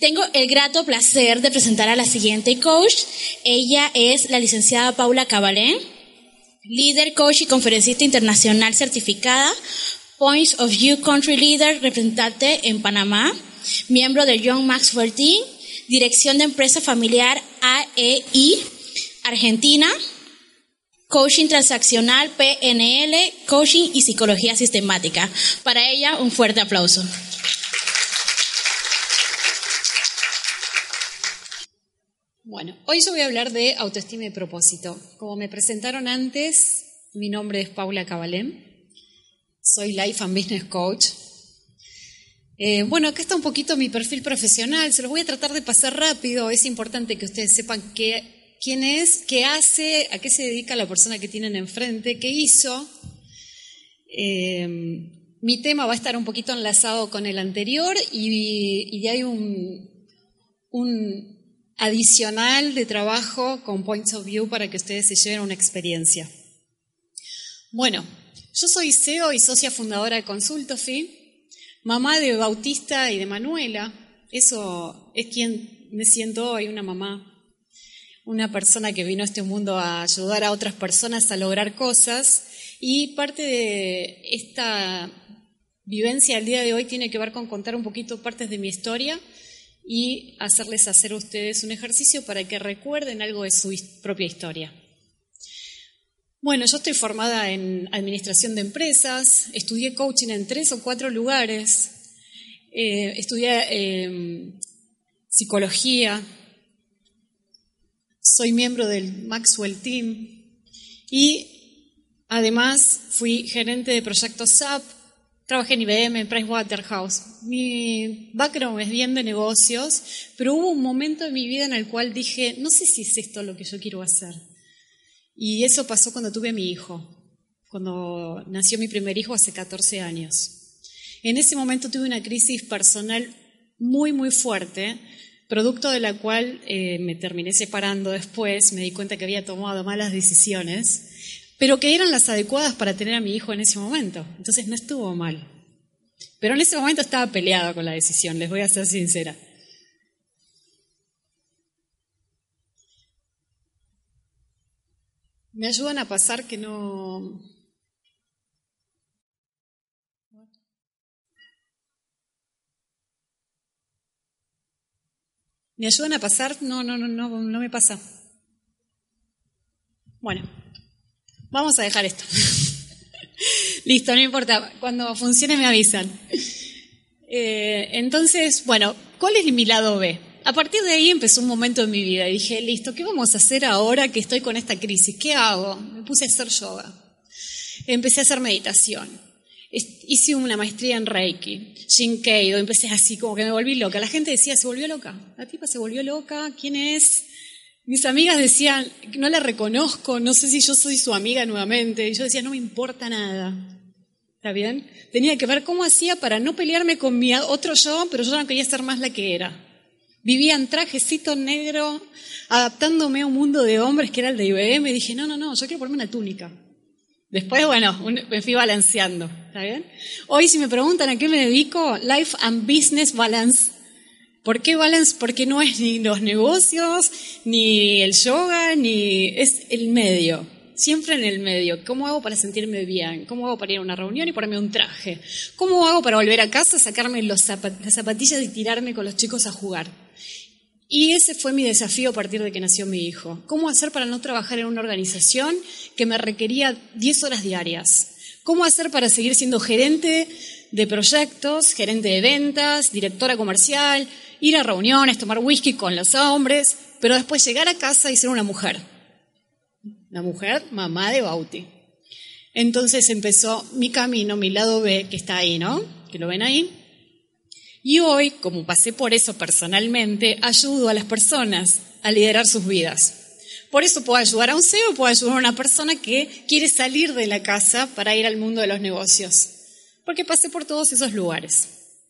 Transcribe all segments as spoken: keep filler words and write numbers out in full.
Tengo el grato placer de presentar a la siguiente coach. Ella es la licenciada Paula Cabalén, líder, coach y conferencista internacional certificada, Points of View Country Leader, representante en Panamá, miembro del John Maxwell Team, dirección de empresa familiar A E I, Argentina, coaching transaccional P N L, coaching y psicología sistemática. Para ella, un fuerte aplauso. Bueno, hoy yo voy a hablar de autoestima y propósito. Como me presentaron antes, mi nombre es Paula Cabalén, soy Life and Business Coach. Eh, bueno, acá está un poquito mi perfil profesional, se los voy a tratar de pasar rápido. Es importante que ustedes sepan qué, quién es, qué hace, a qué se dedica la persona que tienen enfrente, qué hizo. Eh, mi tema va a estar un poquito enlazado con el anterior y, y hay un... un adicional de trabajo con Points of View para que ustedes se lleven una experiencia. Bueno, yo soy C E O y socia fundadora de Consultofy, mamá de Bautista y de Manuela. Eso es quien me siento hoy, una mamá, una persona que vino a este mundo a ayudar a otras personas a lograr cosas, y parte de esta vivencia del día de hoy tiene que ver con contar un poquito partes de mi historia y hacerles hacer a ustedes un ejercicio para que recuerden algo de su propia historia. Bueno, yo estoy formada en administración de empresas, estudié coaching en tres o cuatro lugares, eh, estudié eh, psicología, soy miembro del Maxwell Team y además fui gerente de proyectos S A P. Trabajé en I B M, en Pricewaterhouse. Mi background es bien de negocios, pero hubo un momento en mi vida en el cual dije, no sé si es esto lo que yo quiero hacer. Y eso pasó cuando tuve a mi hijo, cuando nació mi primer hijo hace catorce años. En ese momento tuve una crisis personal muy, muy fuerte, producto de la cual eh, me terminé separando después, me di cuenta que había tomado malas decisiones, pero que eran las adecuadas para tener a mi hijo en ese momento. Entonces no estuvo mal. Pero en ese momento estaba peleada con la decisión, les voy a ser sincera. Me ayudan a pasar que no... ¿Me ayudan a pasar? No, no, no, no, no me pasa. Bueno. Vamos a dejar esto. Listo, no importa. Cuando funcione me avisan. Eh, entonces, bueno, ¿cuál es mi lado B? A partir de ahí empezó un momento en mi vida y dije, listo, ¿qué vamos a hacer ahora que estoy con esta crisis? ¿Qué hago? Me puse a hacer yoga. Empecé a hacer meditación. Hice una maestría en Reiki, Shinkeido. Empecé así, como que me volví loca. La gente decía, se volvió loca. La tipa se volvió loca. ¿Quién es? Mis amigas decían, no la reconozco, no sé si yo soy su amiga nuevamente. Y yo decía, no me importa nada. ¿Está bien? Tenía que ver cómo hacía para no pelearme con mi otro yo, pero yo no quería ser más la que era. Vivía en trajecito negro, adaptándome a un mundo de hombres que era el de I B M. Y dije, no, no, no, yo quiero ponerme una túnica. Después, bueno, me fui balanceando. ¿Está bien? Hoy, si me preguntan a qué me dedico, Life and Business Balance. ¿Por qué balance? Porque no es ni los negocios, ni el yoga, ni... es el medio. Siempre en el medio. ¿Cómo hago para sentirme bien? ¿Cómo hago para ir a una reunión y ponerme un traje? ¿Cómo hago para volver a casa, sacarme los zapat- las zapatillas y tirarme con los chicos a jugar? Y ese fue mi desafío a partir de que nació mi hijo. ¿Cómo hacer para no trabajar en una organización que me requería diez horas diarias? ¿Cómo hacer para seguir siendo gerente de proyectos, gerente de ventas, directora comercial, ir a reuniones, tomar whisky con los hombres, pero después llegar a casa y ser una mujer? Una mujer, mamá de Bauti. Entonces empezó mi camino, mi lado B, que está ahí, ¿no? Que lo ven ahí. Y hoy, como pasé por eso personalmente, ayudo a las personas a liderar sus vidas. Por eso puedo ayudar a un C E O, puedo ayudar a una persona que quiere salir de la casa para ir al mundo de los negocios. Porque pasé por todos esos lugares.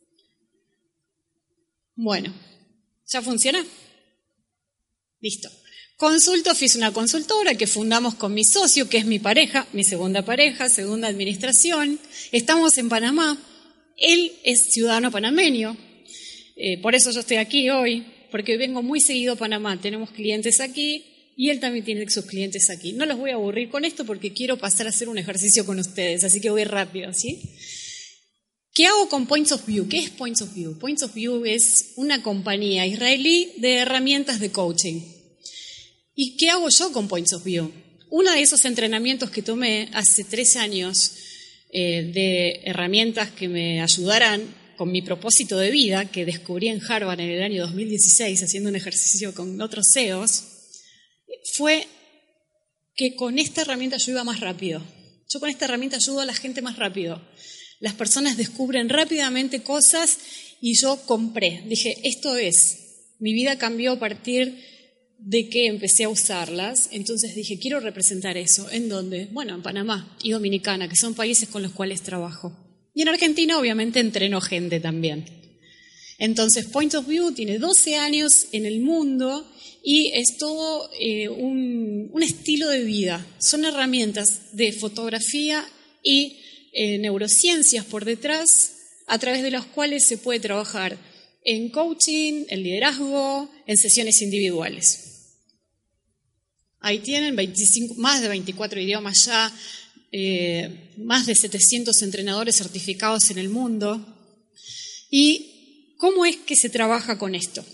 Bueno, ¿ya funciona? Listo. Consultofy es una consultora que fundamos con mi socio, que es mi pareja, mi segunda pareja, segunda administración. Estamos en Panamá. Él es ciudadano panameño. Eh, por eso yo estoy aquí hoy, porque vengo muy seguido a Panamá. Tenemos clientes aquí y él también tiene sus clientes aquí. No los voy a aburrir con esto porque quiero pasar a hacer un ejercicio con ustedes, así que voy rápido, ¿sí? ¿Qué hago con Points of View? ¿Qué es Points of View? Points of View es una compañía israelí de herramientas de coaching. ¿Y qué hago yo con Points of View? Uno de esos entrenamientos que tomé hace tres años eh, de herramientas que me ayudarán con mi propósito de vida, que descubrí en Harvard en el año dos mil dieciséis, haciendo un ejercicio con otros C E Os, fue que con esta herramienta yo iba más rápido. Yo con esta herramienta ayudo a la gente más rápido. Las personas descubren rápidamente cosas y yo compré. Dije, esto es. Mi vida cambió a partir de que empecé a usarlas. Entonces dije, quiero representar eso. ¿En dónde? Bueno, en Panamá y Dominicana, que son países con los cuales trabajo. Y en Argentina, obviamente, entreno gente también. Entonces, Point of View tiene doce años en el mundo y es todo eh, un, un estilo de vida. Son herramientas de fotografía y eh, neurociencias por detrás, a través de las cuales se puede trabajar en coaching, en liderazgo, en sesiones individuales. Ahí tienen veinticinco, más de veinticuatro idiomas ya, eh, más de setecientos entrenadores certificados en el mundo. ¿Y cómo es que se trabaja con esto?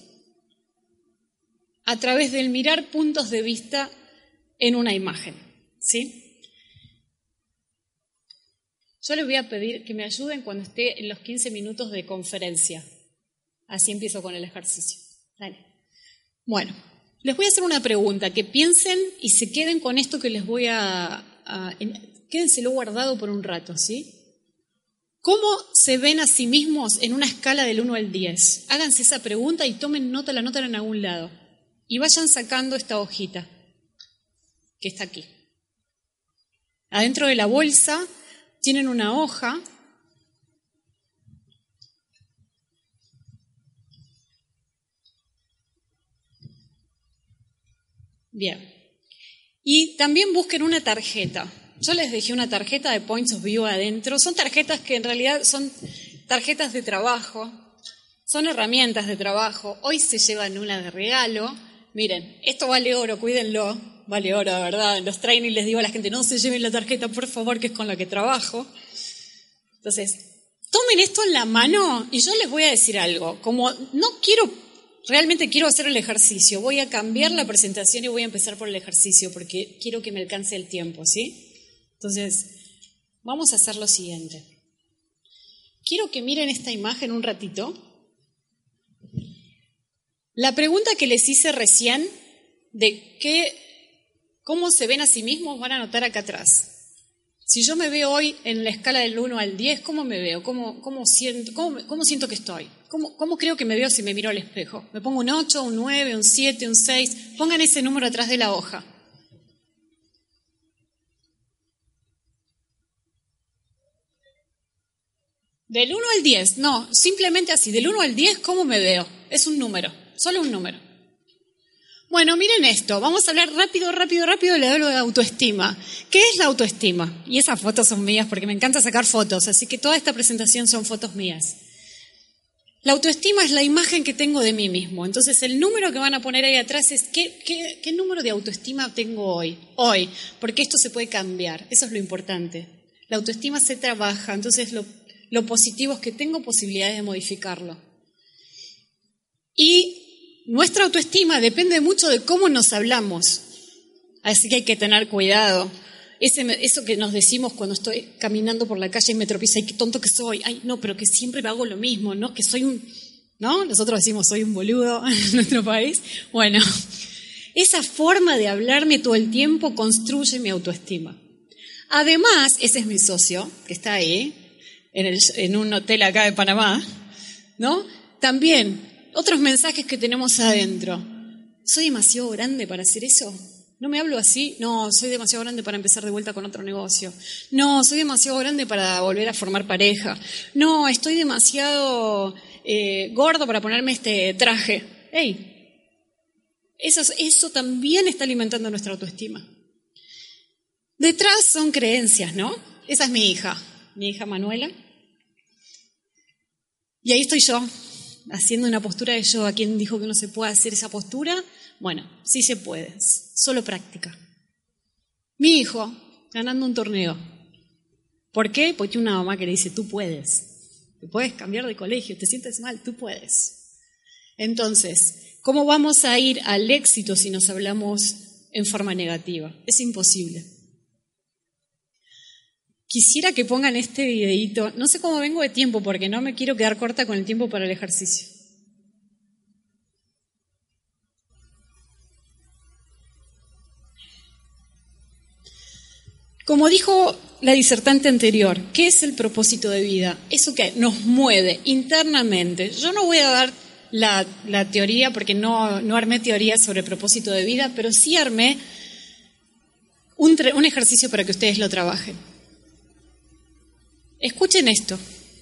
A través del mirar puntos de vista en una imagen, ¿sí? Yo les voy a pedir que me ayuden cuando esté en los quince minutos de conferencia. Así empiezo con el ejercicio. Dale. Bueno, les voy a hacer una pregunta, que piensen y se queden con esto que les voy a... a en, quédenselo guardado por un rato, ¿sí? ¿Cómo se ven a sí mismos en una escala del uno al diez? Háganse esa pregunta y tomen nota, la notan en algún lado. Y vayan sacando esta hojita que está aquí. Adentro de la bolsa tienen una hoja. Bien. Y también busquen una tarjeta. Yo les dejé una tarjeta de Points of View adentro. Son tarjetas que en realidad son tarjetas de trabajo. Son herramientas de trabajo. Hoy se llevan una de regalo. Miren, esto vale oro, cuídenlo. Vale oro, de verdad. En los trainings les digo a la gente, no se lleven la tarjeta, por favor, que es con la que trabajo. Entonces, tomen esto en la mano y yo les voy a decir algo. Como no quiero, realmente quiero hacer el ejercicio, voy a cambiar la presentación y voy a empezar por el ejercicio porque quiero que me alcance el tiempo, ¿sí? Entonces, vamos a hacer lo siguiente. Quiero que miren esta imagen un ratito. La pregunta que les hice recién de qué, cómo se ven a sí mismos van a anotar acá atrás. Si yo me veo hoy en la escala del uno al diez, ¿cómo me veo? ¿Cómo, cómo, siento, cómo, cómo siento que estoy? ¿Cómo, ¿Cómo creo que me veo si me miro al espejo? ¿Me pongo un ocho, un nueve, un siete, un seis? Pongan ese número atrás de la hoja. Del uno al diez, no, simplemente así, del uno al diez, ¿cómo me veo? Es un número, solo un número. Bueno, miren esto, vamos a hablar rápido, rápido, rápido de la autoestima. ¿Qué es la autoestima? Y esas fotos son mías porque me encanta sacar fotos, así que toda esta presentación son fotos mías. La autoestima es la imagen que tengo de mí mismo. Entonces, el número que van a poner ahí atrás es ¿qué, qué, qué número de autoestima tengo hoy? Hoy, porque esto se puede cambiar, eso es lo importante. La autoestima se trabaja, entonces lo, lo positivo es que tengo posibilidades de modificarlo. Y nuestra autoestima depende mucho de cómo nos hablamos, así que hay que tener cuidado. Ese, eso que nos decimos cuando estoy caminando por la calle y me tropiezo, ay, qué tonto que soy, ay, no, pero que siempre me hago lo mismo, ¿no? Que soy un, ¿no? Nosotros decimos, soy un boludo en nuestro país. Bueno, esa forma de hablarme todo el tiempo construye mi autoestima. Además, ese es mi socio, que está ahí, en, el, en un hotel acá de Panamá, ¿no? También otros mensajes que tenemos adentro. ¿Soy demasiado grande para hacer eso? ¿No me hablo así? No, soy demasiado grande para empezar de vuelta con otro negocio. No, soy demasiado grande para volver a formar pareja. No, estoy demasiado eh, gordo para ponerme este traje. ¡Ey! Eso, eso también está alimentando nuestra autoestima. Detrás son creencias, ¿no? Esa es mi hija, mi hija Manuela. Y ahí estoy yo. haciendo una postura de yoga. ¿Quién dijo que no se puede hacer esa postura? Bueno, sí se puede, solo práctica. Mi hijo, ganando un torneo. ¿Por qué? Porque una mamá que le dice, tú puedes. Te puedes cambiar de colegio, te sientes mal, tú puedes. Entonces, ¿cómo vamos a ir al éxito si nos hablamos en forma negativa? Es imposible. Quisiera que pongan este videíto. No sé cómo vengo de tiempo porque no me quiero quedar corta con el tiempo para el ejercicio. Como dijo la disertante anterior, ¿qué es el propósito de vida? Eso que nos mueve internamente. Yo no voy a dar la, la teoría porque no, no armé teoría sobre el propósito de vida, pero sí armé un, un ejercicio para que ustedes lo trabajen. Escuchen esto.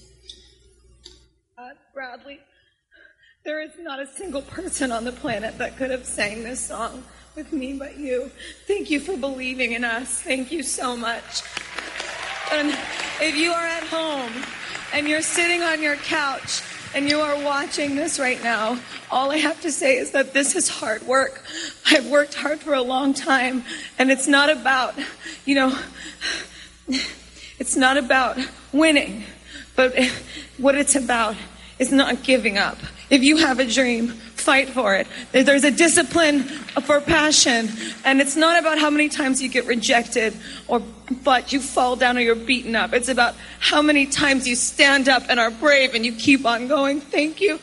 Uh, Bradley, there is not a single person on the planet that could have sang this song with me but you. Thank you for believing in us. Thank you so much. And if you are at home and you're sitting on your couch and you are watching this right now, all I have to say is that this is hard work. I've worked hard for a long time, and it's not about, you know, it's not about winning, but what it's about is not giving up. If you have a dream, fight for it. There's a discipline for passion, and it's not about how many times you get rejected or but you fall down or you're beaten up. It's about how many times you stand up and are brave and you keep on going. Thank you.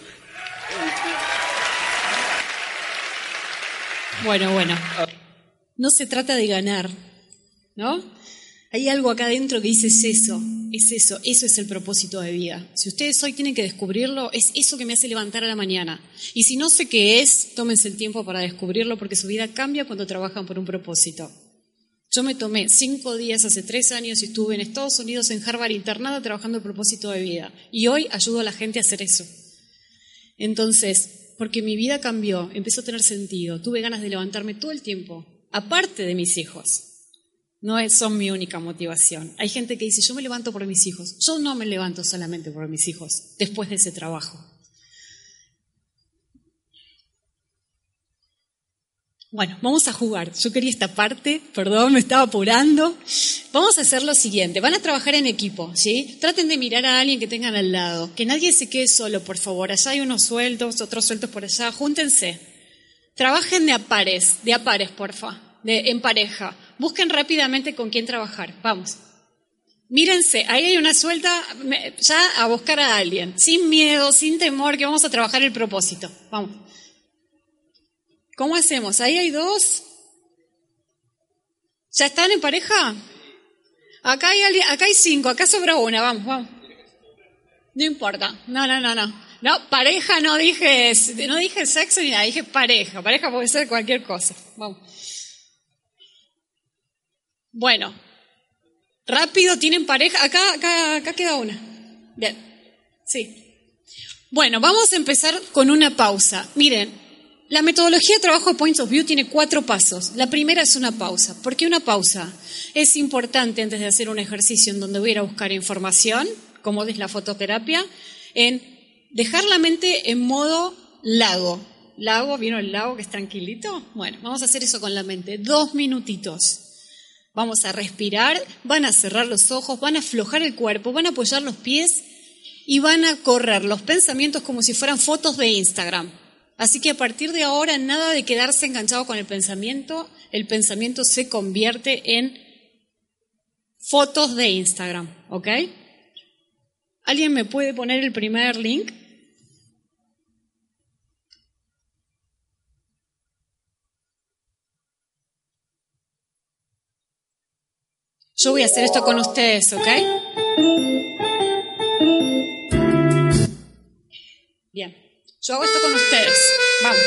Bueno, bueno. No se trata de ganar, ¿no? Hay algo acá adentro que dice es eso, es eso, eso es el propósito de vida. Si ustedes hoy tienen que descubrirlo, es eso que me hace levantar a la mañana. Y si no sé qué es, tómense el tiempo para descubrirlo porque su vida cambia cuando trabajan por un propósito. Yo me tomé cinco días hace tres años y estuve en Estados Unidos, en Harvard, internada trabajando el propósito de vida. Y hoy ayudo a la gente a hacer eso. Entonces, porque mi vida cambió, empezó a tener sentido, tuve ganas de levantarme todo el tiempo, aparte de mis hijos. No son mi única motivación. Hay gente que dice, yo me levanto por mis hijos. Yo no me levanto solamente por mis hijos, después de ese trabajo. Bueno, vamos a jugar. Yo quería esta parte, perdón, me estaba apurando. Vamos a hacer lo siguiente, van a trabajar en equipo, ¿sí? Traten de mirar a alguien que tengan al lado. Que nadie se quede solo, por favor. Allá hay unos sueltos, otros sueltos por allá. Júntense. Trabajen de a pares, de a pares, porfa. De, en pareja. Busquen rápidamente con quién trabajar. Vamos. Mírense, ahí hay una suelta, ya a buscar a alguien. Sin miedo, sin temor, que vamos a trabajar el propósito. Vamos. ¿Cómo hacemos? Ahí hay dos. ¿Ya están en pareja? Acá hay, alguien, acá hay cinco, acá sobra una. Vamos, vamos. No importa. No, no, no, no. No, pareja no dije, no dije sexo ni nada, dije pareja. Pareja puede ser cualquier cosa. Vamos. Bueno, rápido, ¿tienen pareja? Acá, acá, acá queda una. Bien, sí. Bueno, vamos a empezar con una pausa. Miren, la metodología de trabajo de Points of View tiene cuatro pasos. La primera es una pausa. ¿Por qué una pausa? Es importante antes de hacer un ejercicio en donde voy a ir a buscar información, como es la fototerapia, en dejar la mente en modo lago. ¿Lago? ¿Vieron el lago que es tranquilito? Bueno, vamos a hacer eso con la mente. Dos minutitos. Vamos a respirar, van a cerrar los ojos, van a aflojar el cuerpo, van a apoyar los pies y van a correr los pensamientos como si fueran fotos de Instagram. Así que a partir de ahora, nada de quedarse enganchado con el pensamiento, el pensamiento se convierte en fotos de Instagram, ¿ok? ¿Alguien me puede poner el primer link? Yo voy a hacer esto con ustedes, ¿ok? Bien. Yo hago esto con ustedes. Vamos.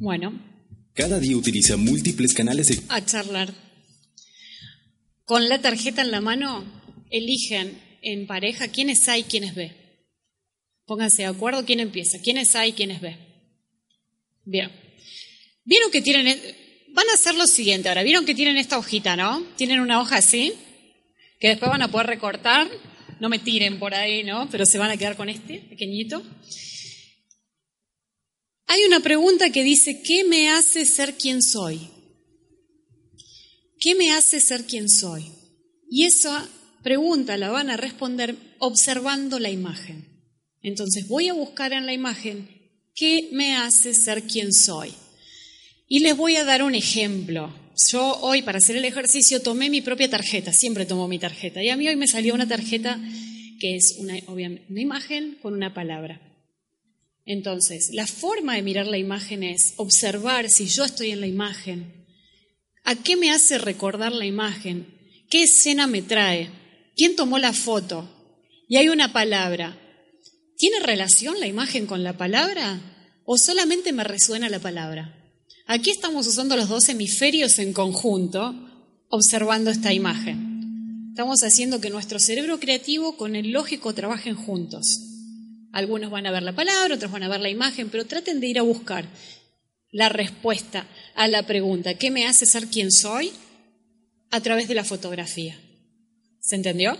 Bueno. Cada día utiliza múltiples canales de... A charlar. Con la tarjeta en la mano, eligen en pareja quién es A y quién es B. Pónganse de acuerdo quién empieza, quién es A y quién es B. Bien. Vieron que tienen... Van a hacer lo siguiente ahora. Vieron que tienen esta hojita, ¿no? Tienen una hoja así, que después van a poder recortar. No me tiren por ahí, ¿no? Pero se van a quedar con este, pequeñito. Hay una pregunta que dice, ¿qué me hace ser quien soy? ¿Qué me hace ser quien soy? Y esa pregunta la van a responder observando la imagen. Entonces voy a buscar en la imagen, ¿qué me hace ser quien soy? Y les voy a dar un ejemplo. Yo hoy, para hacer el ejercicio, tomé mi propia tarjeta, siempre tomo mi tarjeta. Y a mí hoy me salió una tarjeta que es una, obviamente, una imagen con una palabra. Entonces, la forma de mirar la imagen es observar si yo estoy en la imagen. ¿A qué me hace recordar la imagen? ¿Qué escena me trae? ¿Quién tomó la foto? Y hay una palabra. ¿Tiene relación la imagen con la palabra? ¿O solamente me resuena la palabra? Aquí estamos usando los dos hemisferios en conjunto, observando esta imagen. Estamos haciendo que nuestro cerebro creativo con el lógico trabajen juntos. Algunos van a ver la palabra, otros van a ver la imagen, pero traten de ir a buscar la respuesta a la pregunta, ¿qué me hace ser quien soy? A través de la fotografía. ¿Se entendió?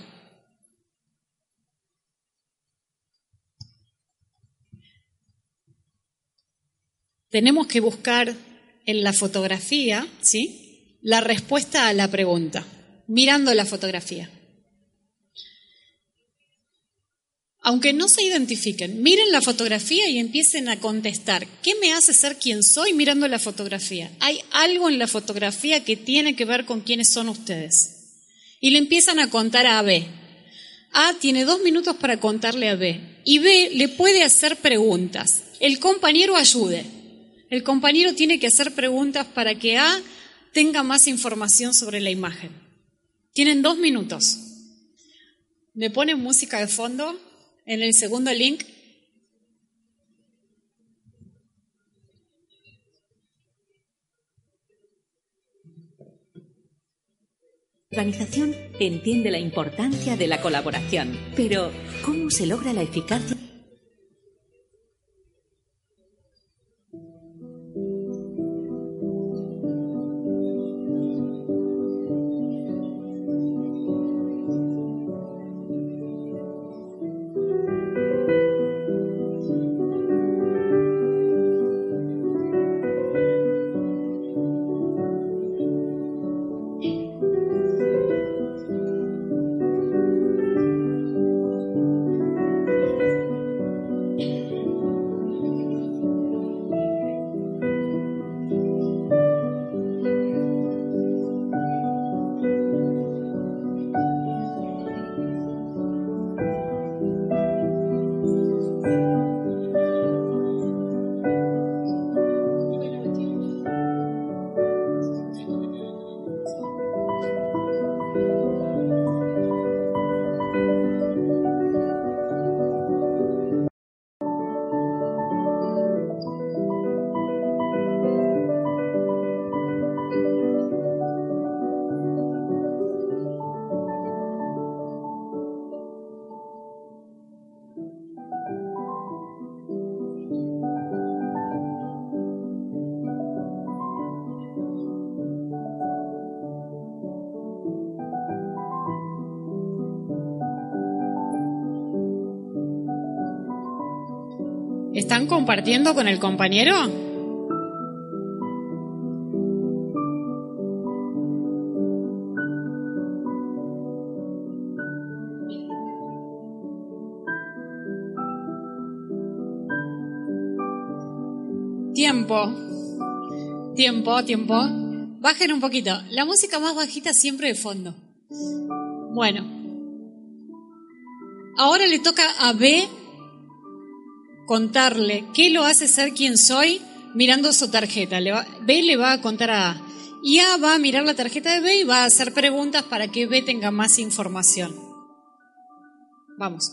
Tenemos que buscar en la fotografía, ¿sí?, la respuesta a la pregunta, mirando la fotografía. Aunque no se identifiquen, miren la fotografía y empiecen a contestar. ¿Qué me hace ser quien soy mirando la fotografía? Hay algo en la fotografía que tiene que ver con quiénes son ustedes. Y le empiezan a contar a B. A tiene dos minutos para contarle a B. Y B le puede hacer preguntas. El compañero ayude. El compañero tiene que hacer preguntas para que A tenga más información sobre la imagen. Tienen dos minutos. ¿Me ponen música de fondo? En el segundo link. La organización entiende la importancia de la colaboración, pero ¿cómo se logra la eficacia? ¿Están compartiendo con el compañero? Tiempo. Tiempo, tiempo. Bajen un poquito. La música más bajita siempre de fondo. Bueno. Ahora le toca a B contarle qué lo hace ser quien soy mirando su tarjeta. Le va, B le va a contar a A. Y A va a mirar la tarjeta de B y va a hacer preguntas para que B tenga más información. Vamos.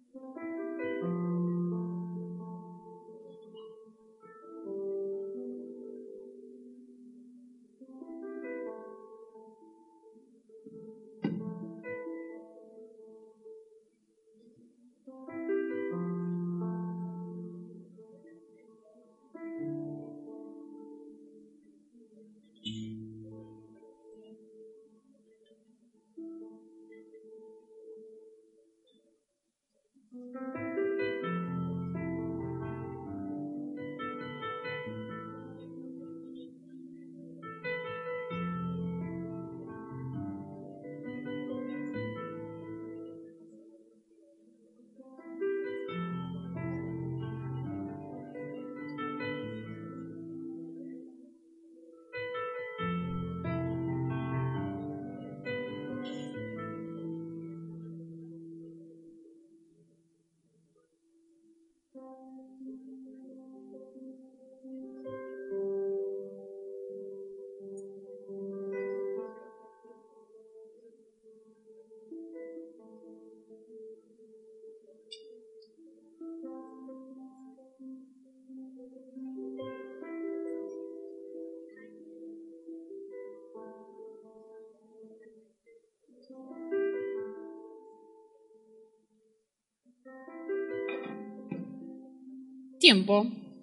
Tiempo.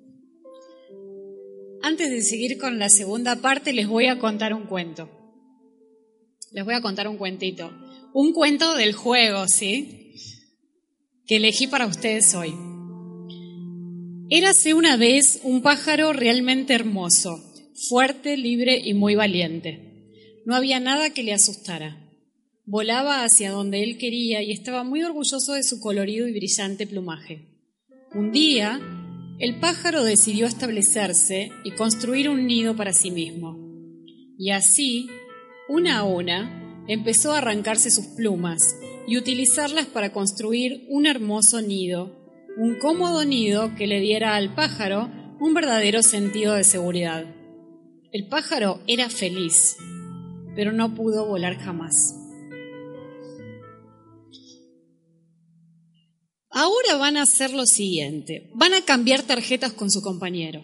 Antes de seguir con la segunda parte, les voy a contar un cuento. Les voy a contar un cuentito. Un cuento del juego, ¿sí? Que elegí para ustedes hoy. Érase una vez un pájaro realmente hermoso, fuerte, libre y muy valiente. No había nada que le asustara. Volaba hacia donde él quería y estaba muy orgulloso de su colorido y brillante plumaje. Un día, el pájaro decidió establecerse y construir un nido para sí mismo. Y así, una a una, empezó a arrancarse sus plumas y utilizarlas para construir un hermoso nido, un cómodo nido que le diera al pájaro un verdadero sentido de seguridad. El pájaro era feliz, pero no pudo volar jamás. Ahora van a hacer lo siguiente, van a cambiar tarjetas con su compañero.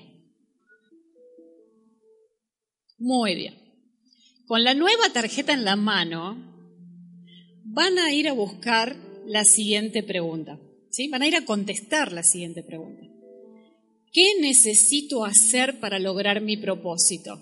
Muy bien. Con la nueva tarjeta en la mano, van a ir a buscar la siguiente pregunta, ¿sí? Van a ir a contestar la siguiente pregunta. ¿Qué necesito hacer para lograr mi propósito?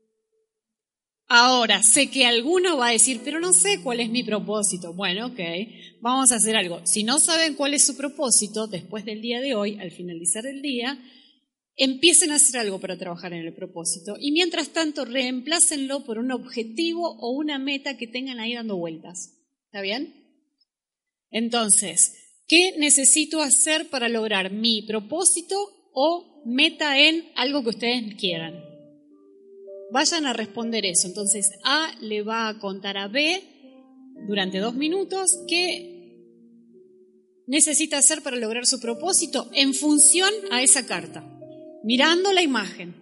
Ahora, sé que alguno va a decir, pero no sé cuál es mi propósito. Bueno, ok, vamos a hacer algo. Si no saben cuál es su propósito, después del día de hoy, al finalizar el día, empiecen a hacer algo para trabajar en el propósito. Y mientras tanto, reemplácenlo por un objetivo o una meta que tengan ahí dando vueltas. ¿Está bien? Entonces, ¿qué necesito hacer para lograr mi propósito o meta en algo que ustedes quieran? Vayan a responder eso. Entonces, A le va a contar a B durante dos minutos qué necesita hacer para lograr su propósito en función a esa carta, mirando la imagen.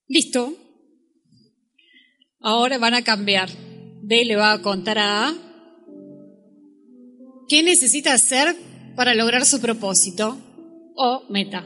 Listo. Ahora van a cambiar. D le va a contar a A qué necesita hacer para lograr su propósito o meta.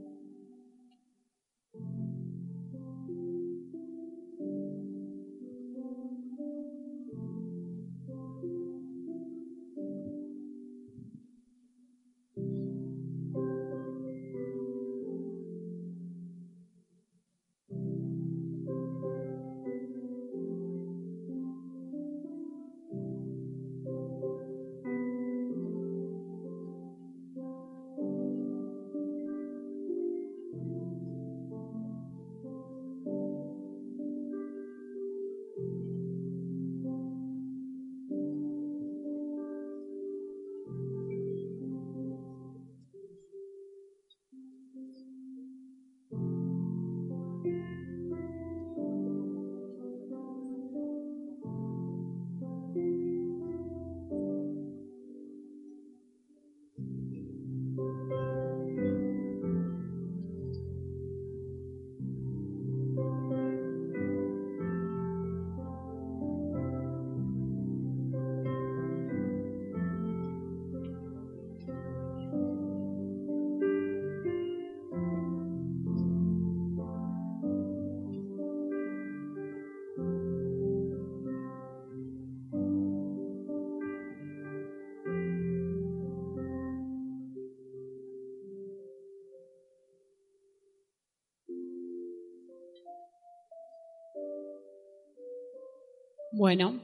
Bueno,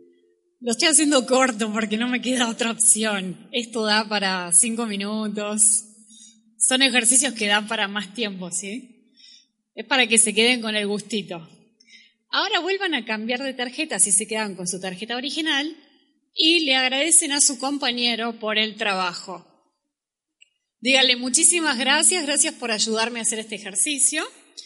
lo estoy haciendo corto porque no me queda otra opción. Esto da para cinco minutos. Son ejercicios que dan para más tiempo, ¿sí? Es para que se queden con el gustito. Ahora vuelvan a cambiar de tarjeta si se quedan con su tarjeta original y le agradecen a su compañero por el trabajo. Díganle muchísimas gracias, gracias por ayudarme a hacer este ejercicio.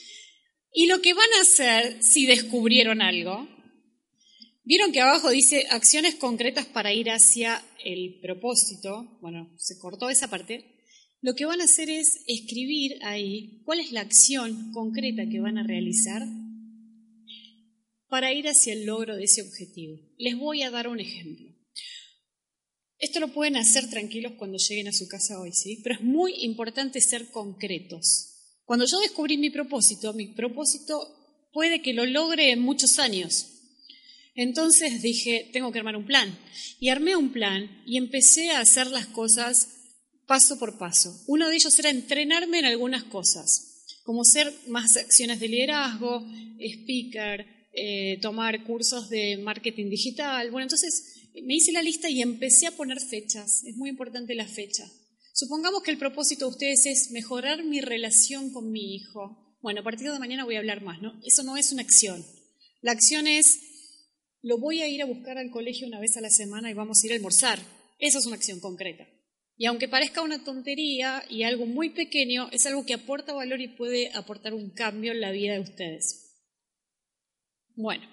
Y lo que van a hacer si descubrieron algo, vieron que abajo dice acciones concretas para ir hacia el propósito. Bueno, se cortó esa parte. Lo que van a hacer es escribir ahí cuál es la acción concreta que van a realizar para ir hacia el logro de ese objetivo. Les voy a dar un ejemplo. Esto lo pueden hacer tranquilos cuando lleguen a su casa hoy, ¿sí? Pero es muy importante ser concretos. Cuando yo descubrí mi propósito, mi propósito puede que lo logre en muchos años. Entonces dije, tengo que armar un plan. Y armé un plan y empecé a hacer las cosas paso por paso. Uno de ellos era entrenarme en algunas cosas, como ser más acciones de liderazgo, speaker, eh, tomar cursos de marketing digital. Bueno, entonces me hice la lista y empecé a poner fechas. Es muy importante la fecha. Supongamos que el propósito de ustedes es mejorar mi relación con mi hijo. Bueno, a partir de mañana voy a hablar más, ¿no? Eso no es una acción. La acción es, lo voy a ir a buscar al colegio una vez a la semana y vamos a ir a almorzar. Esa es una acción concreta. Y aunque parezca una tontería y algo muy pequeño, es algo que aporta valor y puede aportar un cambio en la vida de ustedes. Bueno,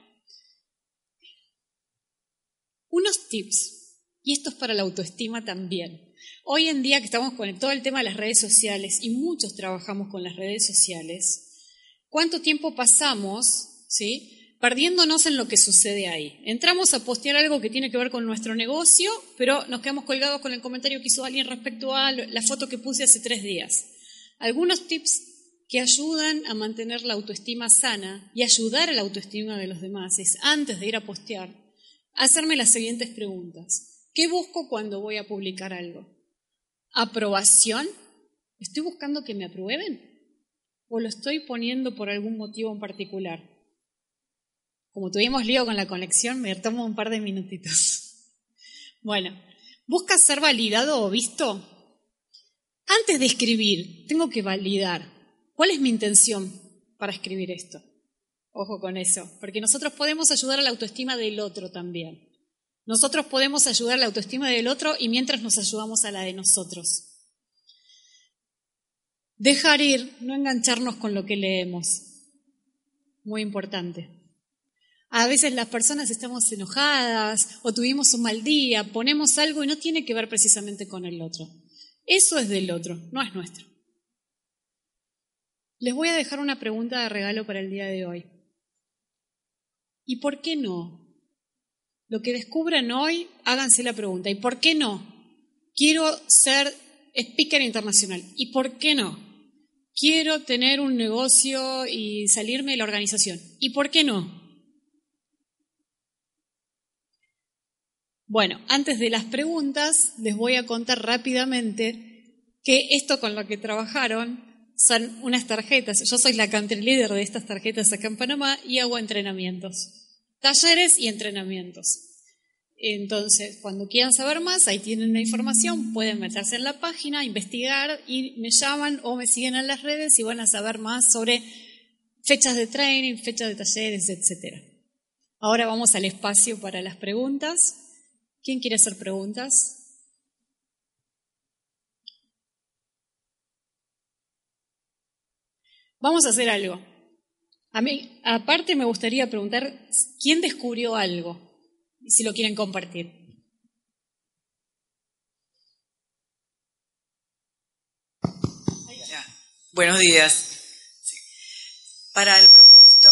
unos tips, y esto es para la autoestima también. Hoy en día que estamos con todo el tema de las redes sociales, y muchos trabajamos con las redes sociales, ¿cuánto tiempo pasamos, ¿sí?, perdiéndonos en lo que sucede ahí? Entramos a postear algo que tiene que ver con nuestro negocio, pero nos quedamos colgados con el comentario que hizo alguien respecto a la foto que puse hace tres días. Algunos tips que ayudan a mantener la autoestima sana y ayudar a la autoestima de los demás es, antes de ir a postear, hacerme las siguientes preguntas. ¿Qué busco cuando voy a publicar algo? ¿Aprobación? ¿Estoy buscando que me aprueben? ¿O lo estoy poniendo por algún motivo en particular? Como tuvimos lío con la conexión, me tomo un par de minutitos. Bueno, ¿buscas ser validado o visto? Antes de escribir, tengo que validar. ¿Cuál es mi intención para escribir esto? Ojo con eso, porque nosotros podemos ayudar a la autoestima del otro también. Nosotros podemos ayudar a la autoestima del otro y mientras nos ayudamos a la de nosotros. Dejar ir, no engancharnos con lo que leemos. Muy importante. A veces las personas estamos enojadas o tuvimos un mal día, ponemos algo y no tiene que ver precisamente con el otro. Eso es del otro, no es nuestro. Les voy a dejar una pregunta de regalo para el día de hoy. ¿Y por qué no? Lo que descubran hoy, háganse la pregunta. ¿Y por qué no? Quiero ser speaker internacional. ¿Y por qué no? Quiero tener un negocio y salirme de la organización. ¿Y por qué no? Bueno, antes de las preguntas, les voy a contar rápidamente que esto con lo que trabajaron son unas tarjetas. Yo soy la country leader de estas tarjetas acá en Panamá y hago entrenamientos, talleres y entrenamientos. Entonces, cuando quieran saber más, ahí tienen la información, pueden meterse en la página, investigar y me llaman o me siguen en las redes y van a saber más sobre fechas de training, fechas de talleres, etcétera. Ahora vamos al espacio para las preguntas. ¿Quién quiere hacer preguntas? Vamos a hacer algo. A mí, aparte, me gustaría preguntar quién descubrió algo. Si lo quieren compartir. Ya. Buenos días. Sí. Para el propósito,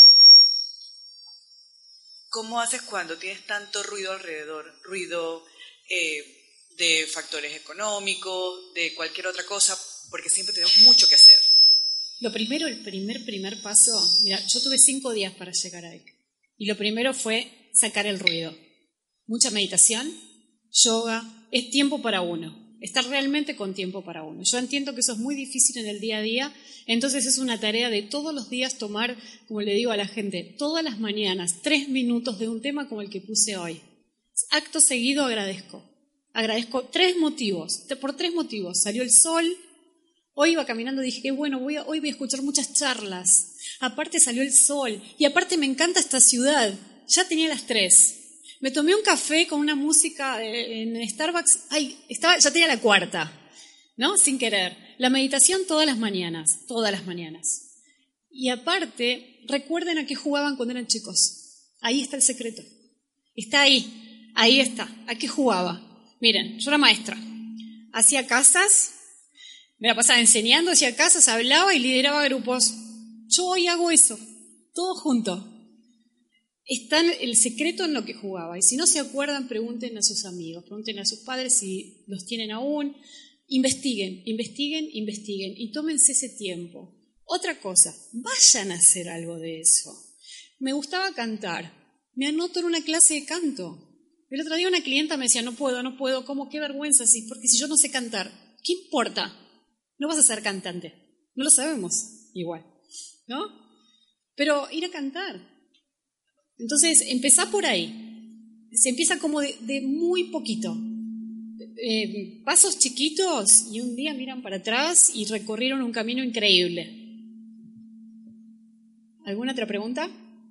¿cómo haces cuando tienes tanto ruido alrededor? Ruido eh, de factores económicos, de cualquier otra cosa, porque siempre tenemos mucho que hacer. Lo primero, el primer, primer paso, mira, yo tuve cinco días para llegar ahí. Y lo primero fue sacar el ruido. Mucha meditación, yoga, es tiempo para uno, estar realmente con tiempo para uno. Yo entiendo que eso es muy difícil en el día a día, entonces es una tarea de todos los días tomar, como le digo a la gente, todas las mañanas, tres minutos de un tema como el que puse hoy. Acto seguido agradezco. Agradezco tres motivos, por tres motivos. Salió el sol, hoy iba caminando y dije, qué bueno, voy a, hoy voy a escuchar muchas charlas. Aparte salió el sol y aparte me encanta esta ciudad. Ya tenía las tres. Me tomé un café con una música en Starbucks, ay, estaba, ya tenía la cuarta, ¿no? Sin querer. La meditación todas las mañanas, todas las mañanas. Y aparte, recuerden a qué jugaban cuando eran chicos. Ahí está el secreto. Está ahí, ahí está. ¿A qué jugaba? Miren, yo era maestra. Hacía casas, me la pasaba enseñando, hacía casas, hablaba y lideraba grupos. Yo hoy hago eso, todo junto. Está el secreto en lo que jugaba. Y si no se acuerdan, pregunten a sus amigos, pregunten a sus padres si los tienen aún. Investiguen, investiguen, investiguen y tómense ese tiempo. Otra cosa, vayan a hacer algo de eso. Me gustaba cantar. Me anoto en una clase de canto. El otro día una clienta me decía, no puedo, no puedo, ¿cómo? Qué vergüenza, sí, porque si yo no sé cantar, ¿qué importa? No vas a ser cantante. No lo sabemos, igual, ¿no? Pero ir a cantar. Entonces, empezá por ahí. Se empieza como de, de muy poquito. Eh, pasos chiquitos y un día miran para atrás y recorrieron un camino increíble. ¿Alguna otra pregunta?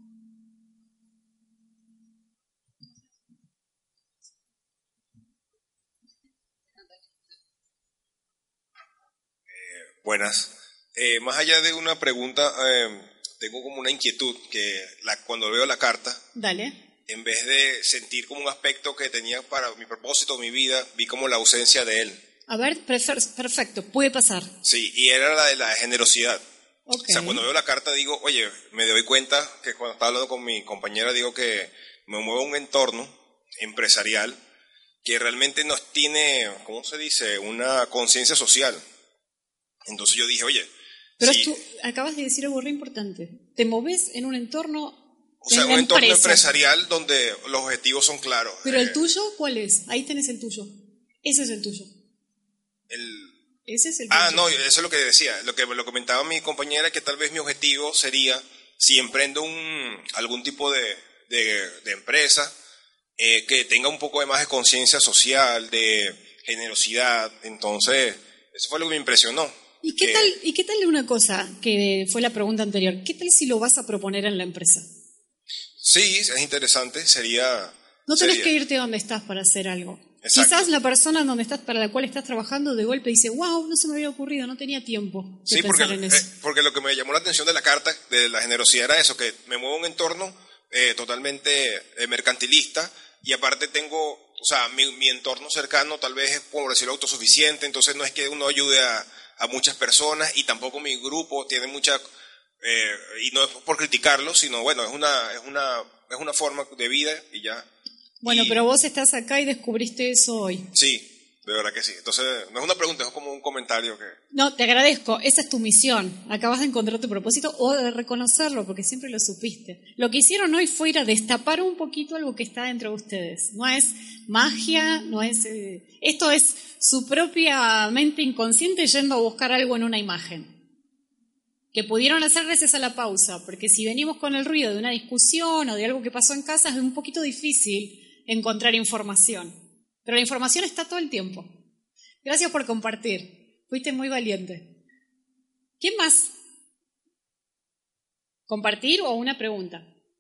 Eh, buenas. Eh, más allá de una pregunta... Eh, tengo como una inquietud que la, cuando veo la carta, Dale. En vez de sentir como un aspecto que tenía para mi propósito, mi vida, vi como la ausencia de él. A ver, perfecto, puede pasar. Sí, y era la de la generosidad. Okay. O sea, cuando veo la carta digo, oye, me doy cuenta que cuando estaba hablando con mi compañera digo que me muevo en un entorno empresarial que realmente no tiene, ¿cómo se dice?, una conciencia social. Entonces yo dije, oye... Pero sí, tú acabas de decir algo re importante. Te moves en un entorno... O sea, un entorno empresarial donde los objetivos son claros. Pero eh, el tuyo, ¿cuál es? Ahí tenés el tuyo. Ese es el tuyo. El... Ese es el Ah, tuyo. no, eso es lo que decía. Lo que me lo comentaba mi compañera, que tal vez mi objetivo sería, si emprendo un, algún tipo de, de, de empresa, eh, que tenga un poco de más de conciencia social, de generosidad. Entonces, eso fue lo que me impresionó. ¿Y qué, que... tal, ¿Y qué tal de una cosa que fue la pregunta anterior? ¿Qué tal si lo vas a proponer en la empresa? Sí, es interesante, sería... No tenés sería... que irte donde estás para hacer algo. Exacto. Quizás la persona donde estás, para la cual estás trabajando de golpe dice, wow, no se me había ocurrido, no tenía tiempo de sí, pensar porque, en eso. Eh, porque lo que me llamó la atención de la carta, de la generosidad, era eso, que me muevo en un entorno eh, totalmente eh, mercantilista y aparte tengo, o sea, mi, mi entorno cercano tal vez es, por decirlo, autosuficiente, entonces no es que uno ayude a, a muchas personas y tampoco mi grupo tiene mucha, eh, y no es por criticarlo, sino bueno, es una, es una, es una forma de vida y ya. Bueno, y, pero vos estás acá y descubriste eso hoy. Sí. De verdad que sí. Entonces, no es una pregunta, es como un comentario que... No, te agradezco. Esa es tu misión. Acabas de encontrar tu propósito o de reconocerlo, porque siempre lo supiste. Lo que hicieron hoy fue ir a destapar un poquito algo que está dentro de ustedes. No es magia, no es... Eh, esto es su propia mente inconsciente yendo a buscar algo en una imagen. Que pudieron hacer gracias a la pausa, porque si venimos con el ruido de una discusión o de algo que pasó en casa, es un poquito difícil encontrar información. Pero la información está todo el tiempo. Gracias por compartir. Fuiste muy valiente. ¿Quién más? ¿Compartir o una pregunta?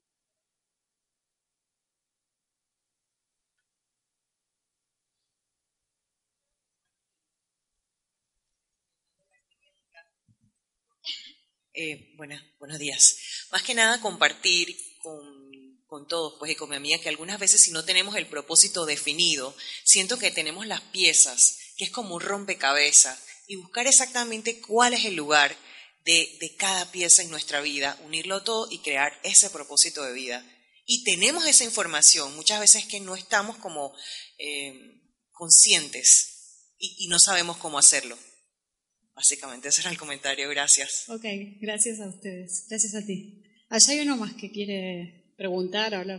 Eh, buenas, buenos días. Más que nada compartir con... con todos, pues, y con mi amiga, que algunas veces si no tenemos el propósito definido, siento que tenemos las piezas, que es como un rompecabezas, y buscar exactamente cuál es el lugar de, de cada pieza en nuestra vida, unirlo todo y crear ese propósito de vida. Y tenemos esa información, muchas veces que no estamos como eh, conscientes y, y no sabemos cómo hacerlo. Básicamente ese era el comentario, gracias. Ok, gracias a ustedes, gracias a ti. Allá hay uno más que quiere... preguntar, hablar.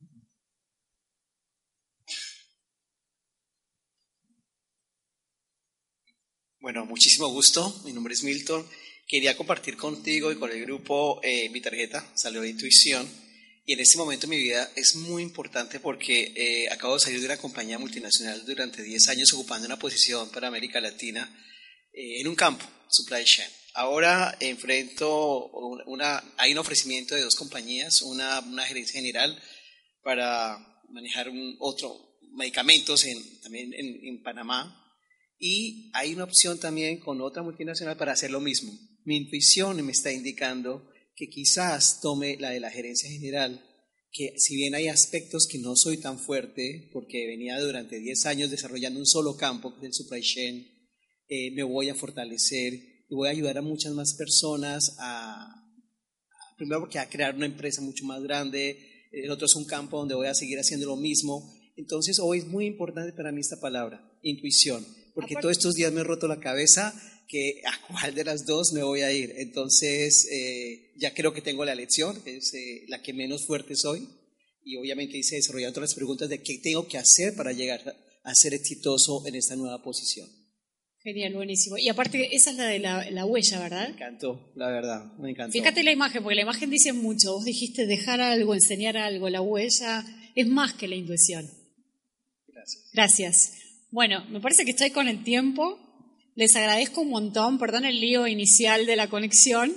Bueno, muchísimo gusto. Mi nombre es Milton. Quería compartir contigo y con el grupo eh, mi tarjeta, salió de intuición. Y en este momento de mi vida es muy importante porque eh, acabo de salir de una compañía multinacional durante diez años ocupando una posición para América Latina eh, en un campo, supply chain. Ahora enfrento, una, hay un ofrecimiento de dos compañías, una, una gerencia general para manejar un, otro medicamentos en, también en, en Panamá, y hay una opción también con otra multinacional para hacer lo mismo. Mi intuición me está indicando que quizás tome la de la gerencia general, que si bien hay aspectos que no soy tan fuerte, porque venía durante diez años desarrollando un solo campo, que es el supply chain, eh, me voy a fortalecer y voy a ayudar a muchas más personas a, a, primero porque a crear una empresa mucho más grande, el otro es un campo donde voy a seguir haciendo lo mismo. Entonces hoy es muy importante para mí esta palabra, intuición, porque Aparte, todos estos días me he roto la cabeza que a cuál de las dos me voy a ir. Entonces eh, ya creo que tengo la lección, que es eh, la que menos fuerte soy, y obviamente hice desarrollar otras preguntas de qué tengo que hacer para llegar a ser exitoso en esta nueva posición. Genial, buenísimo. Y aparte, esa es la de la, la huella, ¿verdad? Me encantó, la verdad, me encantó. Fíjate la imagen, porque la imagen dice mucho. Vos dijiste dejar algo, enseñar algo. La huella es más que la intuición. Gracias. Gracias. Bueno, me parece que estoy con el tiempo. Les agradezco un montón. Perdón el lío inicial de la conexión,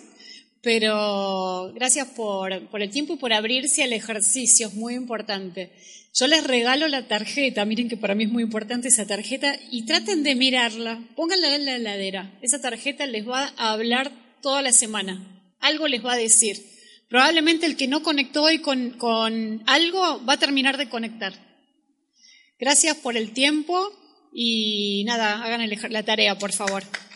pero gracias por, por el tiempo y por abrirse al ejercicio. Es muy importante. Yo les regalo la tarjeta, miren que para mí es muy importante esa tarjeta, y traten de mirarla, pónganla en la heladera. Esa tarjeta les va a hablar toda la semana, algo les va a decir. Probablemente el que no conectó hoy con, con algo va a terminar de conectar. Gracias por el tiempo y nada, hagan el, la tarea, por favor.